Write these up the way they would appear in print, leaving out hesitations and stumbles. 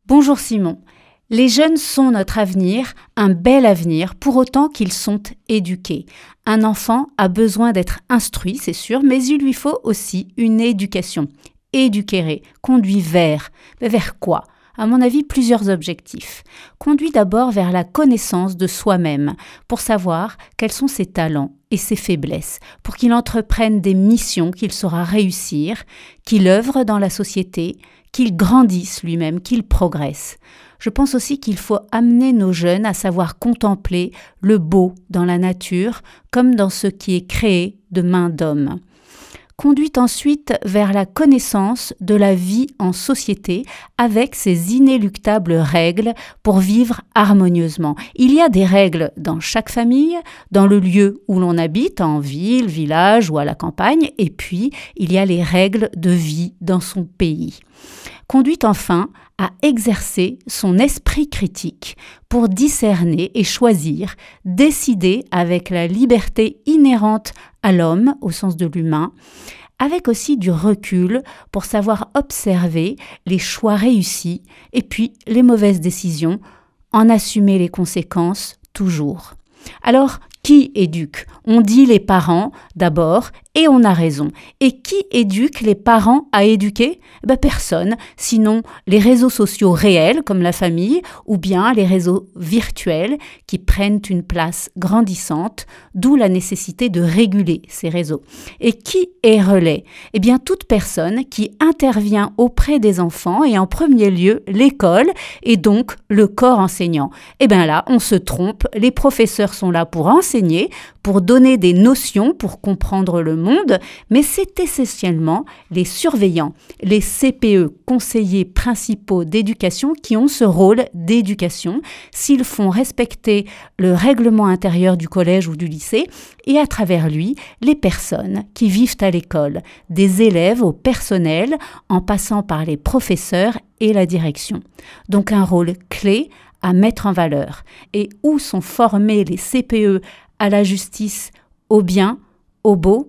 Bonjour Simon. Les jeunes sont notre avenir, un bel avenir, pour autant qu'ils sont éduqués. Un enfant a besoin d'être instruit, c'est sûr, mais il lui faut aussi une éducation. Éduquer, conduit vers. Mais vers quoi ? À mon avis, plusieurs objectifs. Conduit d'abord vers la connaissance de soi-même, pour savoir quels sont ses talents et ses faiblesses, pour qu'il entreprenne des missions qu'il saura réussir, qu'il œuvre dans la société, qu'il grandisse lui-même, qu'il progresse. Je pense aussi qu'il faut amener nos jeunes à savoir contempler le beau dans la nature, comme dans ce qui est créé de main d'homme. Conduit ensuite vers la connaissance de la vie en société avec ses inéluctables règles pour vivre harmonieusement. Il y a des règles dans chaque famille, dans le lieu où l'on habite, en ville, village ou à la campagne, et puis il y a les règles de vie dans son pays. Conduit enfin à exercer son esprit critique pour discerner et choisir, décider avec la liberté inhérente à l'homme, au sens de l'humain, avec aussi du recul pour savoir observer les choix réussis et puis les mauvaises décisions, en assumer les conséquences toujours. Alors, qui éduque ? On dit les parents d'abord et on a raison. Et qui éduque les parents à éduquer ? Personne, sinon les réseaux sociaux réels comme la famille ou bien les réseaux virtuels qui prennent une place grandissante, d'où la nécessité de réguler ces réseaux. Et qui est relais ? Toute personne qui intervient auprès des enfants et en premier lieu l'école et donc le corps enseignant. Là, on se trompe, les professeurs sont là pour enseigner, pour donner des notions, pour comprendre le monde, mais c'est essentiellement les surveillants, les CPE, conseillers principaux d'éducation, qui ont ce rôle d'éducation, s'ils font respecter le règlement intérieur du collège ou du lycée, et à travers lui, les personnes qui vivent à l'école, des élèves au personnel, en passant par les professeurs et la direction. Donc un rôle clé à mettre en valeur. Et où sont formés les CPE à la justice, au bien, au beau,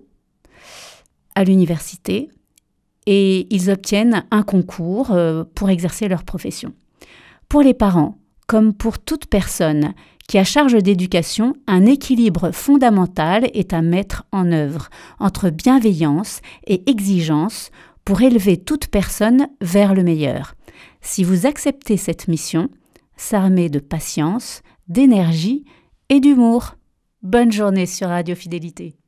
à l'université, et ils obtiennent un concours pour exercer leur profession. Pour les parents, comme pour toute personne qui a charge d'éducation, un équilibre fondamental est à mettre en œuvre entre bienveillance et exigence pour élever toute personne vers le meilleur. Si vous acceptez cette mission, s'armer de patience, d'énergie et d'humour. Bonne journée sur Radio Fidélité.